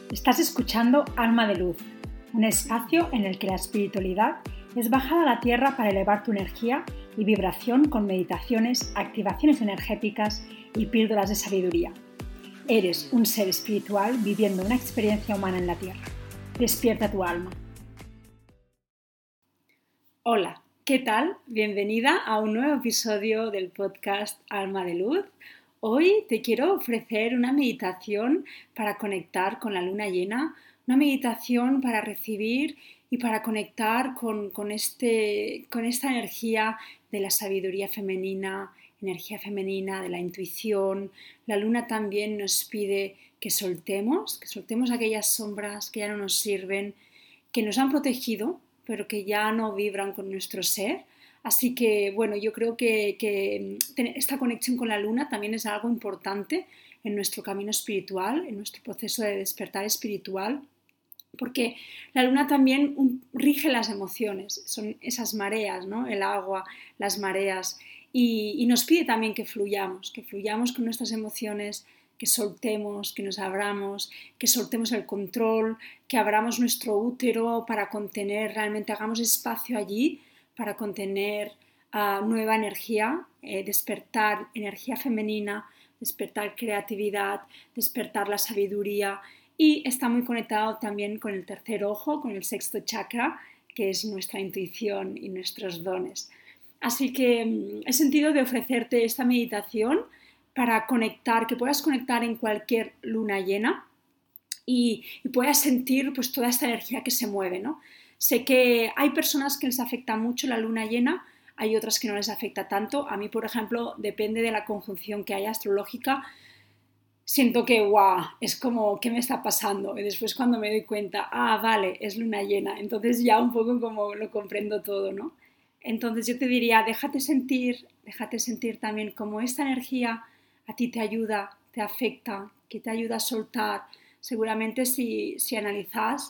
Estás escuchando Alma de Luz, un espacio en el que la espiritualidad es bajada a la tierra para elevar tu energía y vibración con meditaciones, activaciones energéticas y píldoras de sabiduría. Eres un ser espiritual viviendo una experiencia humana en la tierra. Despierta tu alma. Hola, ¿qué tal? Bienvenida a un nuevo episodio del podcast Alma de Luz. Hoy te quiero ofrecer una meditación para conectar con la luna llena, una meditación para recibir y para conectar con esta energía de la sabiduría femenina, energía femenina, de la intuición. La luna también nos pide que soltemos aquellas sombras que ya no nos sirven, que nos han protegido, pero que ya no vibran con nuestro ser. Así que, bueno, yo creo que esta conexión con la luna también es algo importante en nuestro camino espiritual, en nuestro proceso de despertar espiritual, porque la luna también rige las emociones, son esas mareas, ¿no? El agua, las mareas, y nos pide también que fluyamos con nuestras emociones, que soltemos, que nos abramos, que soltemos el control, que abramos nuestro útero para contener, realmente hagamos espacio allí para contener nueva energía, despertar energía femenina, despertar creatividad, despertar la sabiduría, y está muy conectado también con el tercer ojo, con el sexto chakra, que es nuestra intuición y nuestros dones. Así que he sentido de ofrecerte esta meditación para conectar, que puedas conectar en cualquier luna llena y puedas sentir pues toda esta energía que se mueve, ¿no? Sé que hay personas que les afecta mucho la luna llena, hay otras que no les afecta tanto. A mí, por ejemplo, depende de la conjunción que haya astrológica, siento que, ¡guau!, es como, ¿qué me está pasando? Y después cuando me doy cuenta, vale, es luna llena, entonces ya un poco como lo comprendo todo, ¿no? Entonces yo te diría, déjate sentir también cómo esta energía a ti te ayuda, te afecta, que te ayuda a soltar. Seguramente si analizas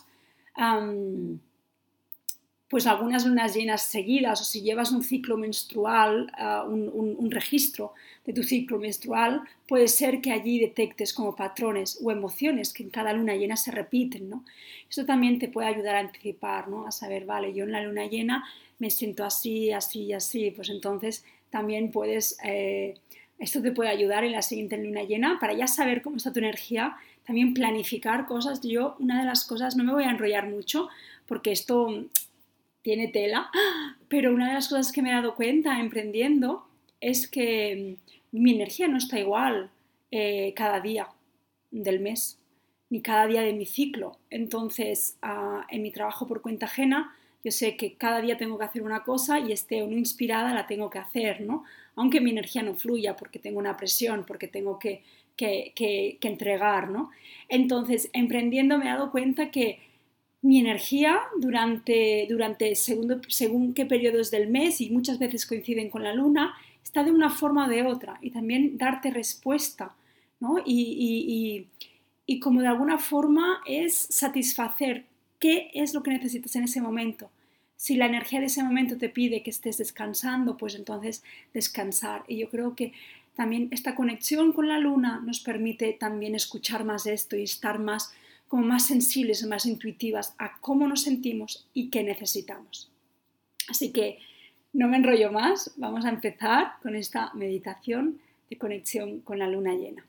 pues algunas lunas llenas seguidas, o si llevas un ciclo menstrual, un registro de tu ciclo menstrual, puede ser que allí detectes como patrones o emociones que en cada luna llena se repiten, ¿no? Esto también te puede ayudar a anticipar, ¿no? A saber, vale, yo en la luna llena me siento así, así y así, pues entonces también esto te puede ayudar en la siguiente luna llena para ya saber cómo está tu energía, también planificar cosas. Yo, una de las cosas, no me voy a enrollar mucho porque esto tiene tela, pero una de las cosas que me he dado cuenta emprendiendo es que mi energía no está igual cada día del mes, ni cada día de mi ciclo. Entonces, en mi trabajo por cuenta ajena, yo sé que cada día tengo que hacer una cosa y esté o no inspirada, la tengo que hacer, ¿no? Aunque mi energía no fluya porque tengo una presión, porque tengo que entregar, ¿no? Entonces, emprendiendo me he dado cuenta que mi energía durante según qué periodos del mes, y muchas veces coinciden con la luna, está de una forma o de otra, y también darte respuesta, ¿no? Y como de alguna forma es satisfacer qué es lo que necesitas en ese momento. Si la energía de ese momento te pide que estés descansando, pues entonces descansar. Y yo creo que también esta conexión con la luna nos permite también escuchar más esto y estar más sensibles, más intuitivas a cómo nos sentimos y qué necesitamos. Así que no me enrollo más, vamos a empezar con esta meditación de conexión con la luna llena.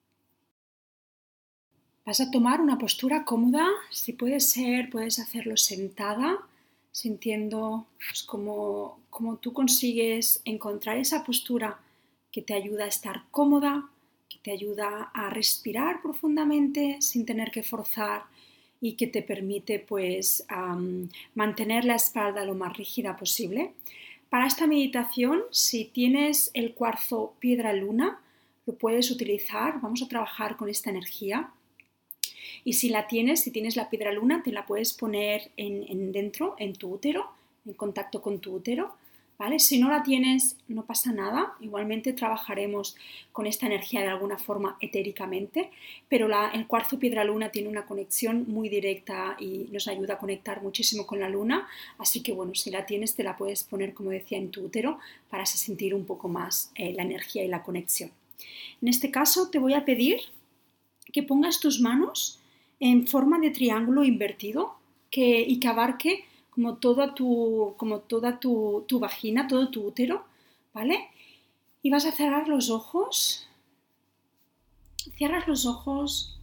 Vas a tomar una postura cómoda, si puede ser, puedes hacerlo sentada, sintiendo pues, cómo tú consigues encontrar esa postura que te ayuda a estar cómoda, que te ayuda a respirar profundamente sin tener que forzar y que te permite pues mantener la espalda lo más rígida posible. Para esta meditación, si tienes el cuarzo piedra luna, lo puedes utilizar. Vamos a trabajar con esta energía. Y si tienes la piedra luna, te la puedes poner dentro, en tu útero, en contacto con tu útero, ¿vale? Si no la tienes, no pasa nada. Igualmente trabajaremos con esta energía de alguna forma etéricamente, pero el cuarzo piedra luna tiene una conexión muy directa y nos ayuda a conectar muchísimo con la luna. Así que, bueno, si la tienes, te la puedes poner, como decía, en tu útero para sentir un poco más la energía y la conexión. En este caso, te voy a pedir que pongas tus manos en forma de triángulo invertido y que abarque como toda tu vagina, todo tu útero, ¿vale? Y vas a cerrar los ojos. Cierras los ojos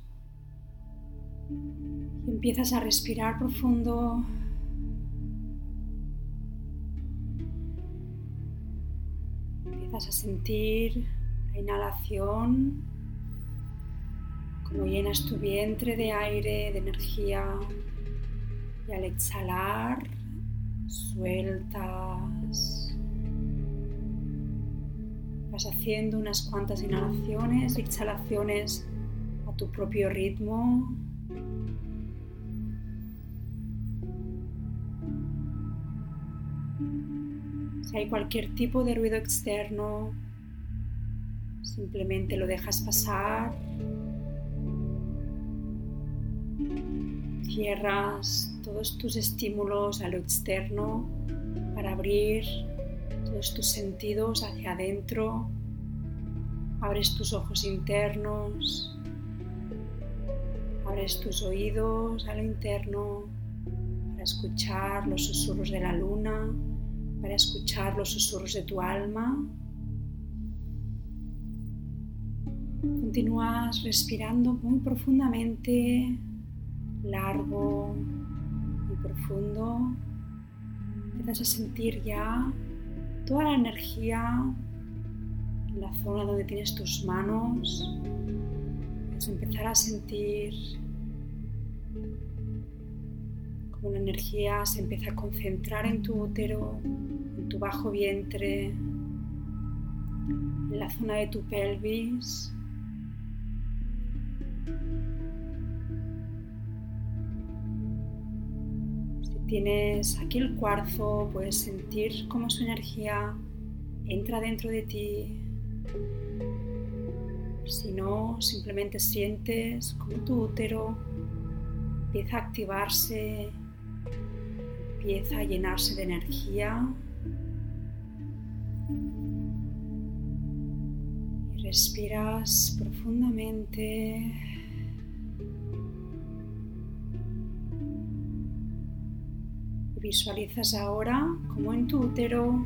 y empiezas a respirar profundo. Empiezas a sentir la inhalación, cómo llenas tu vientre de aire, de energía, y al exhalar sueltas. Vas haciendo unas cuantas inhalaciones y exhalaciones a tu propio ritmo. Si hay cualquier tipo de ruido externo, simplemente lo dejas pasar. Cierras todos tus estímulos a lo externo para abrir todos tus sentidos hacia adentro. Abres tus ojos internos, abres tus oídos a lo interno para escuchar los susurros de la luna, para escuchar los susurros de tu alma. Continúas respirando muy profundamente, largo y profundo. Empiezas a sentir ya toda la energía en la zona donde tienes tus manos. Vas a empezar a sentir cómo la energía se empieza a concentrar en tu útero, en tu bajo vientre, en la zona de tu pelvis. Si tienes aquí el cuarzo, puedes sentir cómo su energía entra dentro de ti. Si no, simplemente sientes cómo tu útero empieza a activarse, empieza a llenarse de energía. Y respiras profundamente. Y visualizas ahora cómo en tu útero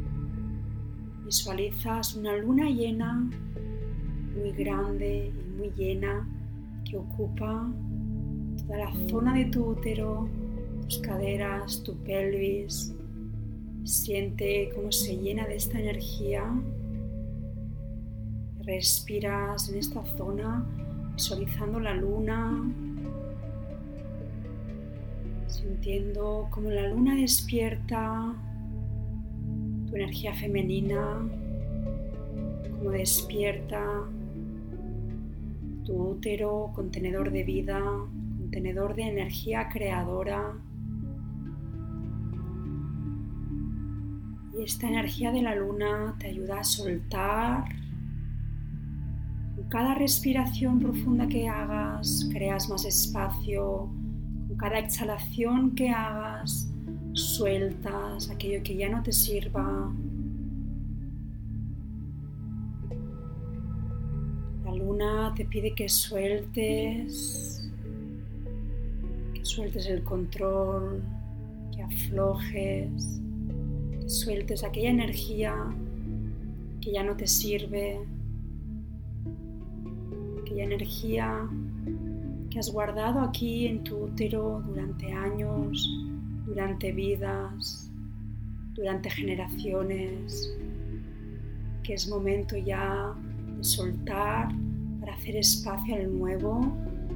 visualizas una luna llena muy grande y muy llena que ocupa toda la zona de tu útero, tus caderas, tu pelvis. Siente cómo se llena de esta energía. Respiras en esta zona, visualizando la luna, sintiendo cómo la luna despierta tu energía femenina, cómo despierta tu útero, contenedor de vida, contenedor de energía creadora. Y esta energía de la luna te ayuda a soltar. Con cada respiración profunda que hagas, creas más espacio. Con cada exhalación que hagas, sueltas aquello que ya no te sirva. La luna te pide que sueltes el control, que aflojes, que sueltes aquella energía que ya no te sirve, aquella energía que has guardado aquí en tu útero durante años, durante vidas, durante generaciones, que es momento ya de soltar para hacer espacio al nuevo.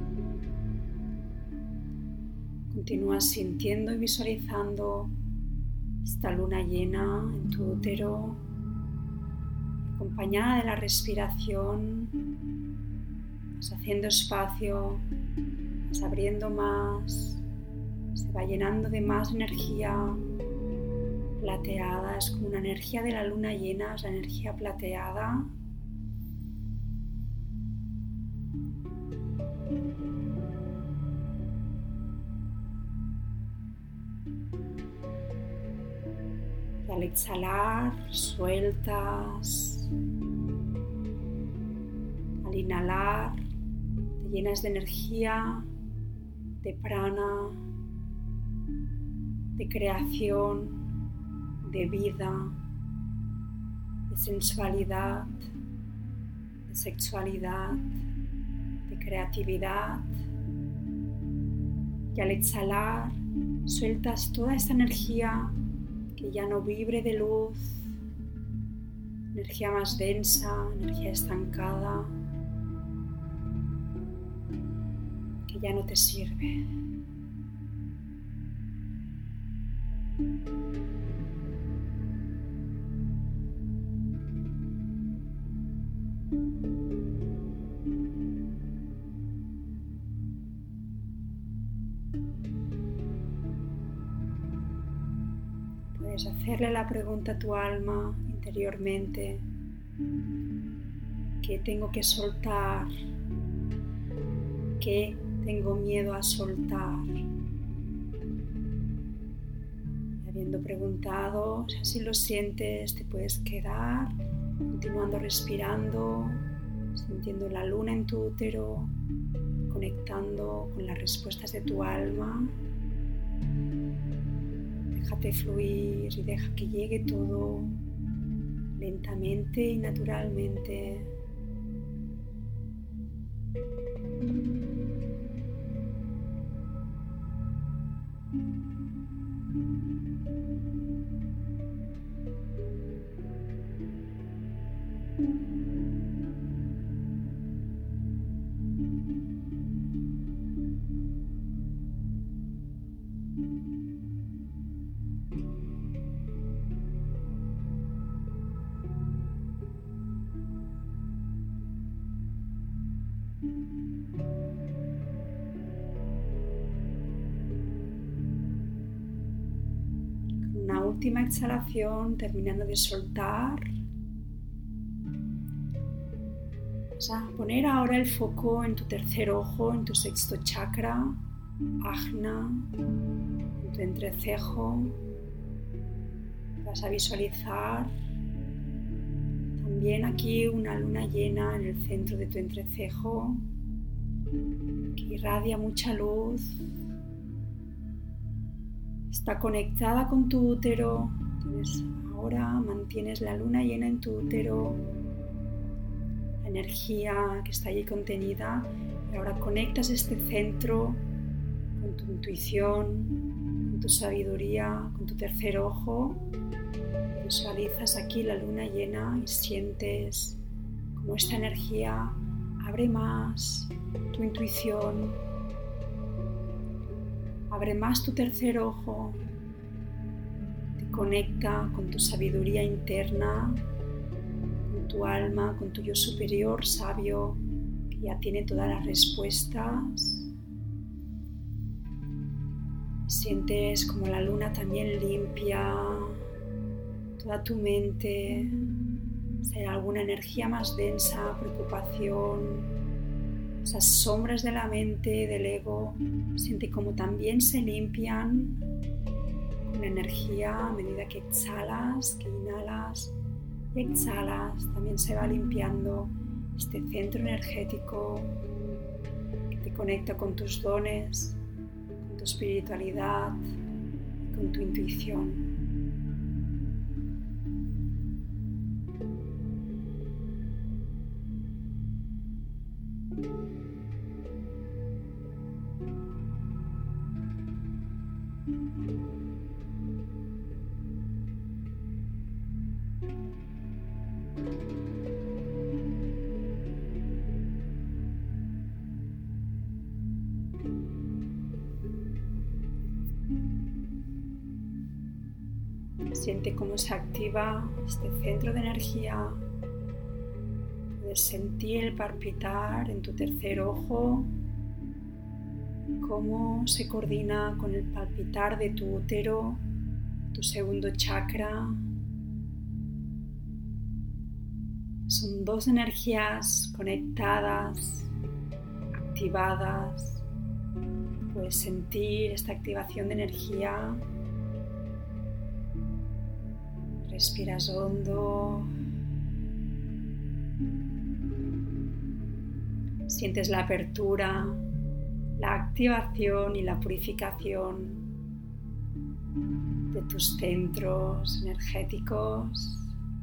Continúas sintiendo y visualizando esta luna llena en tu útero, acompañada de la respiración. Vas haciendo espacio, vas abriendo más, se va llenando de más energía plateada. Es como una energía de la luna llena, es la energía plateada. Y al exhalar, sueltas. Al inhalar, te llenas de energía de prana, de creación, de vida, de sensualidad, de sexualidad, de creatividad. Y al exhalar, sueltas toda esta energía que ya no vibre de luz, energía más densa, energía estancada, que ya no te sirve. Puedes hacerle la pregunta a tu alma interiormente: ¿qué tengo que soltar? ¿Qué tengo miedo a soltar? Y habiendo preguntado, si así lo sientes, te puedes quedar continuando respirando, sintiendo la luna en tu útero, conectando con las respuestas de tu alma. Déjate fluir y deja que llegue todo lentamente y naturalmente. Una última exhalación, terminando de soltar. Vas a poner ahora el foco en tu tercer ojo, en tu sexto chakra, ajna, en tu entrecejo. Vas a visualizar también aquí una luna llena en el centro de tu entrecejo que irradia mucha luz. Está conectada con tu útero. Ahora mantienes la luna llena en tu útero, la energía que está allí contenida, y ahora conectas este centro con tu intuición, con tu sabiduría, con tu tercer ojo. Visualizas aquí la luna llena y sientes cómo esta energía abre más tu intuición, abre más tu tercer ojo, te conecta con tu sabiduría interna, con tu alma, con tu yo superior sabio que ya tiene todas las respuestas. Sientes como la luna también limpia toda tu mente, si hay alguna energía más densa, preocupación, esas sombras de la mente, del ego, siente como también se limpian con la energía a medida que exhalas, que inhalas y exhalas. También se va limpiando este centro energético que te conecta con tus dones, con tu espiritualidad y con tu intuición. Siente cómo se activa este centro de energía. Puedes sentir el palpitar en tu tercer ojo, cómo se coordina con el palpitar de tu útero, tu segundo chakra. Son dos energías conectadas, activadas. Puedes sentir esta activación de energía. Respiras hondo. Sientes la apertura la activación y la purificación de tus centros energéticos.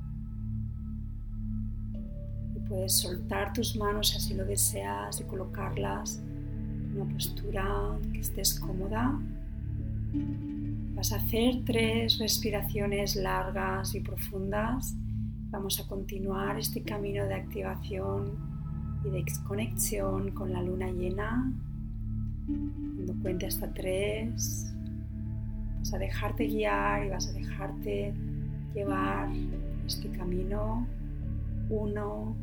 Y puedes soltar tus manos si así lo deseas y colocarlas en una postura que estés cómoda. Vas a hacer 3 respiraciones largas y profundas. Vamos a continuar este camino de activación y de conexión con la luna llena. Cuando cuente hasta 3, vas a dejarte guiar y vas a dejarte llevar este camino. 1,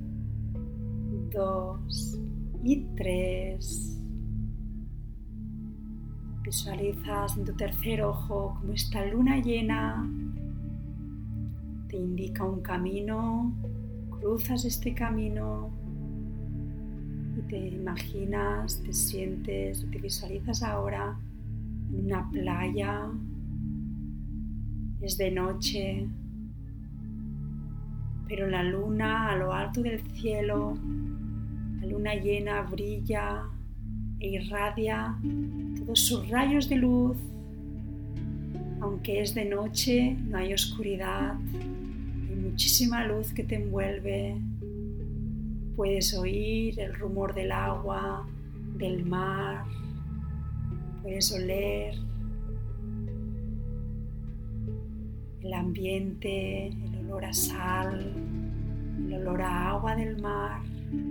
2 y 3. Visualizas en tu tercer ojo como esta luna llena te indica un camino, cruzas este camino y te imaginas, te sientes, te visualizas ahora en una playa. Es de noche, pero la luna a lo alto del cielo, la luna llena brilla e irradia todos sus rayos de luz. Aunque es de noche, no hay oscuridad, hay muchísima luz que te envuelve. Puedes oír el rumor del agua, del mar, puedes oler el ambiente, el olor a sal, el olor a agua del mar.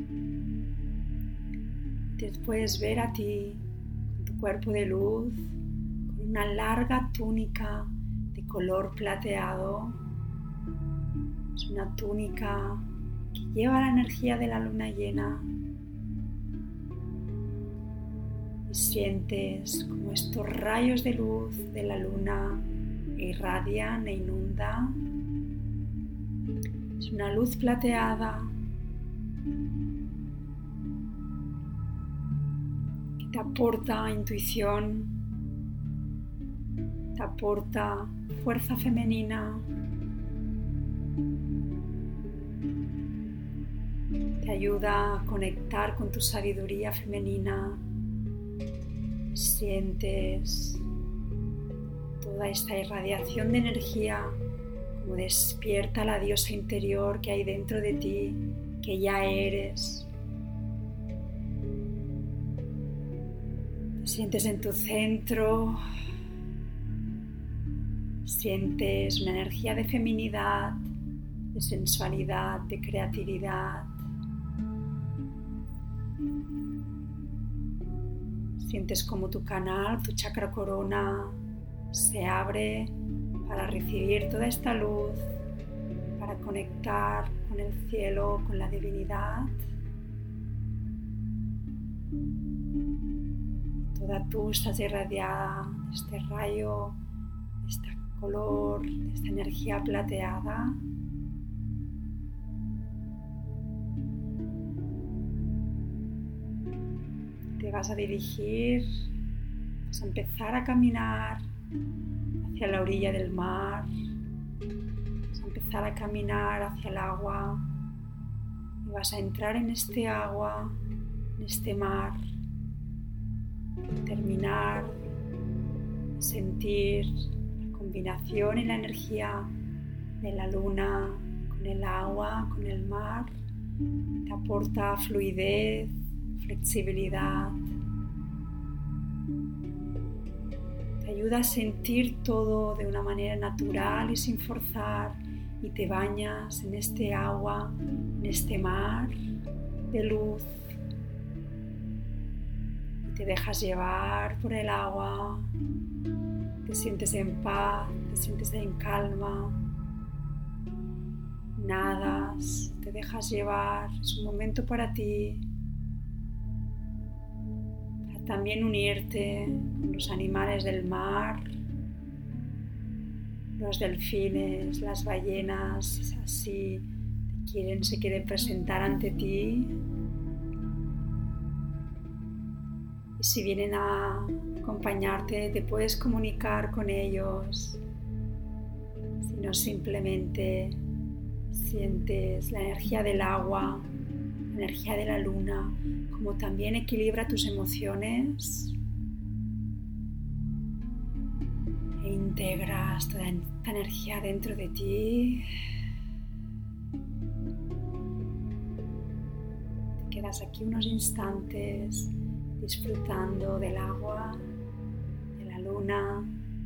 Te puedes ver a ti con tu cuerpo de luz, con una larga túnica de color plateado. Es una túnica que lleva la energía de la luna llena. Y sientes como estos rayos de luz de la luna irradian e inundan. Es una luz plateada que te aporta intuición, te aporta fuerza femenina, te ayuda a conectar con tu sabiduría femenina. Sientes toda esta irradiación de energía como despierta la diosa interior que hay dentro de ti, que ya eres. Te sientes en tu centro, sientes una energía de feminidad, de sensualidad, de creatividad. Sientes como tu canal, tu chakra corona, se abre para recibir toda esta luz, para conectar con el cielo, con la divinidad. Toda tú estás irradiada de este rayo, de este color, de esta energía plateada. Te vas a dirigir, vas a empezar a caminar hacia la orilla del mar, vas a empezar a caminar hacia el agua y vas a entrar en este agua, en este mar, terminar de sentir la combinación y la energía de la luna con el agua, con el mar. Te aporta fluidez, flexibilidad. Te ayuda a sentir todo de una manera natural y sin forzar, y te bañas en este agua, en este mar de luz. Y te dejas llevar por el agua, te sientes en paz, te sientes en calma. Nadas, te dejas llevar, es un momento para ti. También unirte con los animales del mar, los delfines, las ballenas, así se quieren presentar ante ti. Y si vienen a acompañarte, te puedes comunicar con ellos, sino simplemente sientes la energía del agua, la la energía de la luna, como también equilibra tus emociones e integras toda esta energía dentro de ti. Te quedas aquí unos instantes disfrutando del agua, de la luna.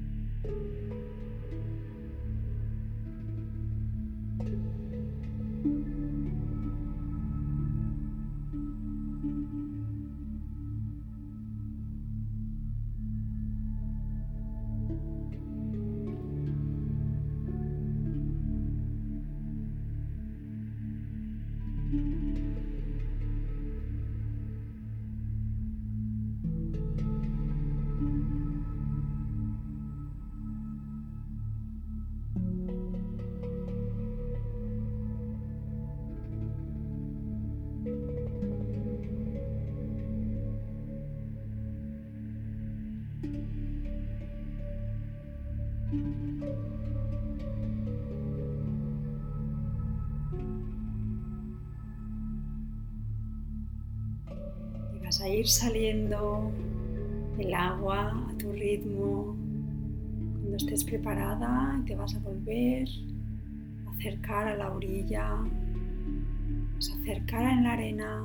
Y vas a ir saliendo del agua a tu ritmo. Cuando estés preparada, te vas a volver a acercar a la orilla, vas a acercar en la arena.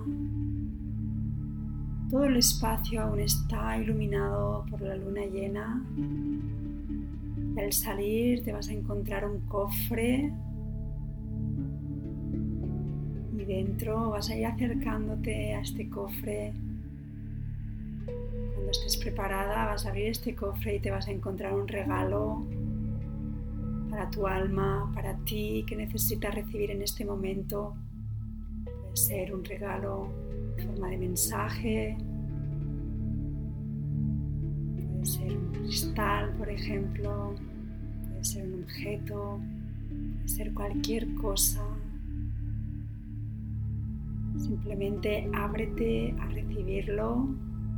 Todo el espacio aún está iluminado por la luna llena. Y al salir te vas a encontrar un cofre y dentro vas a ir acercándote a este cofre. Cuando estés preparada vas a abrir este cofre y te vas a encontrar un regalo para tu alma, para ti, que necesitas recibir en este momento. Puede ser un regalo en forma de mensaje, puede ser un cristal, por ejemplo, puede ser un objeto, puede ser cualquier cosa. Simplemente ábrete a recibirlo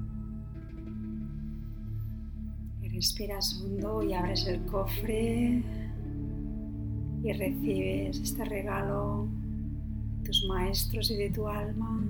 y respiras hondo y abres el cofre y recibes este regalo de tus maestros y de tu alma.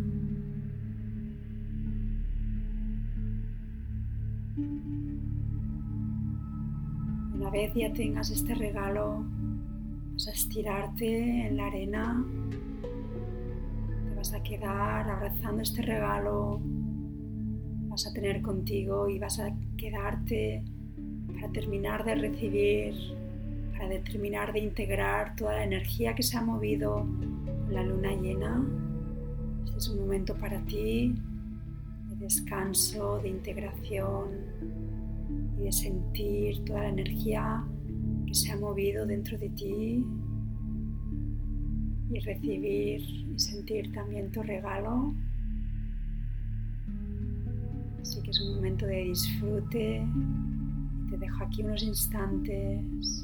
Una vez ya tengas este regalo, vas a estirarte en la arena, te vas a quedar abrazando este regalo, vas a tener contigo y vas a quedarte para terminar de recibir, para terminar de integrar toda la energía que se ha movido con la luna llena. Este es un momento para ti de descanso, de integración y de sentir toda la energía que se ha movido dentro de ti y recibir y sentir también tu regalo. Así que es un momento de disfrute. Te dejo aquí unos instantes.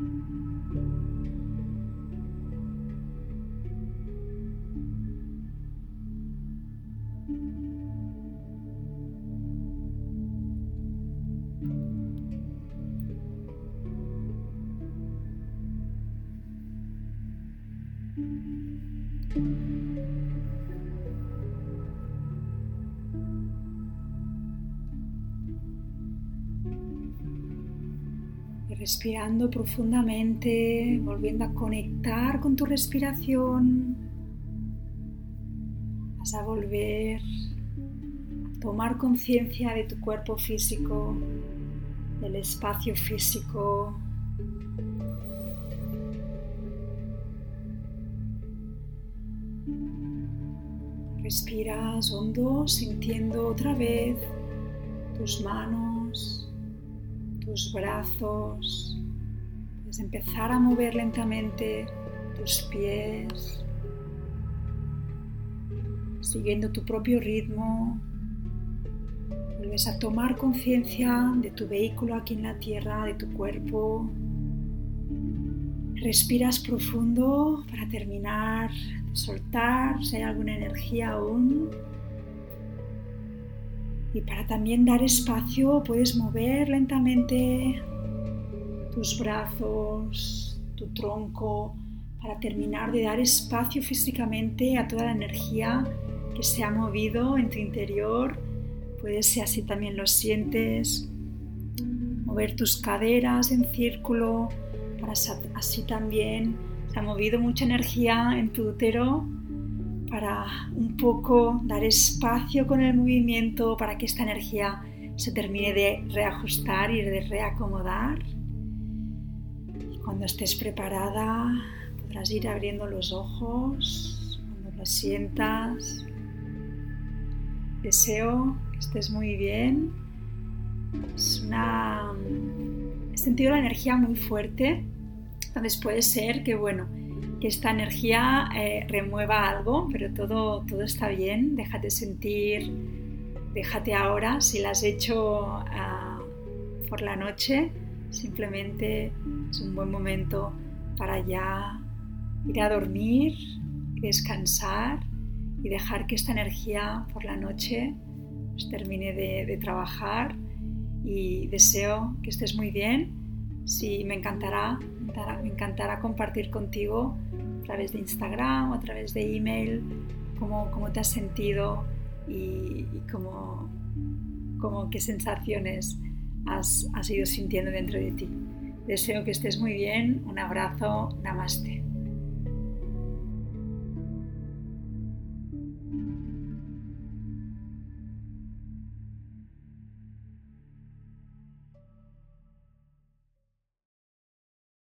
Y respirando profundamente, volviendo a conectar con tu respiración, vas a volver a tomar conciencia de tu cuerpo físico, del espacio físico. Respiras hondo, sintiendo otra vez tus manos, tus brazos. Puedes empezar a mover lentamente tus pies, siguiendo tu propio ritmo. Vuelves a tomar conciencia de tu vehículo aquí en la tierra, de tu cuerpo. Respiras profundo para terminar de soltar si hay alguna energía aún. Y para también dar espacio, puedes mover lentamente tus brazos, tu tronco, para terminar de dar espacio físicamente a toda la energía que se ha movido en tu interior. Puedes, si así también lo sientes, mover tus caderas en círculo, para así también se ha movido mucha energía en tu útero, para un poco dar espacio con el movimiento para que esta energía se termine de reajustar y de reacomodar. Y cuando estés preparada podrás ir abriendo los objos cuando lo sientas. Deseo que estés muy bien. He sentido la energía muy fuerte, entonces puede ser que esta energía remueva algo, pero todo está bien. Déjate sentir, déjate ahora. Si la has hecho por la noche, simplemente es un buen momento para ya ir a dormir, descansar y dejar que esta energía por la noche pues, termine de trabajar. Y deseo que estés muy bien. Sí, me encantará compartir contigo a través de Instagram o a través de email cómo te has sentido y qué sensaciones has ido sintiendo dentro de ti. Deseo que estés muy bien. Un abrazo. Namaste.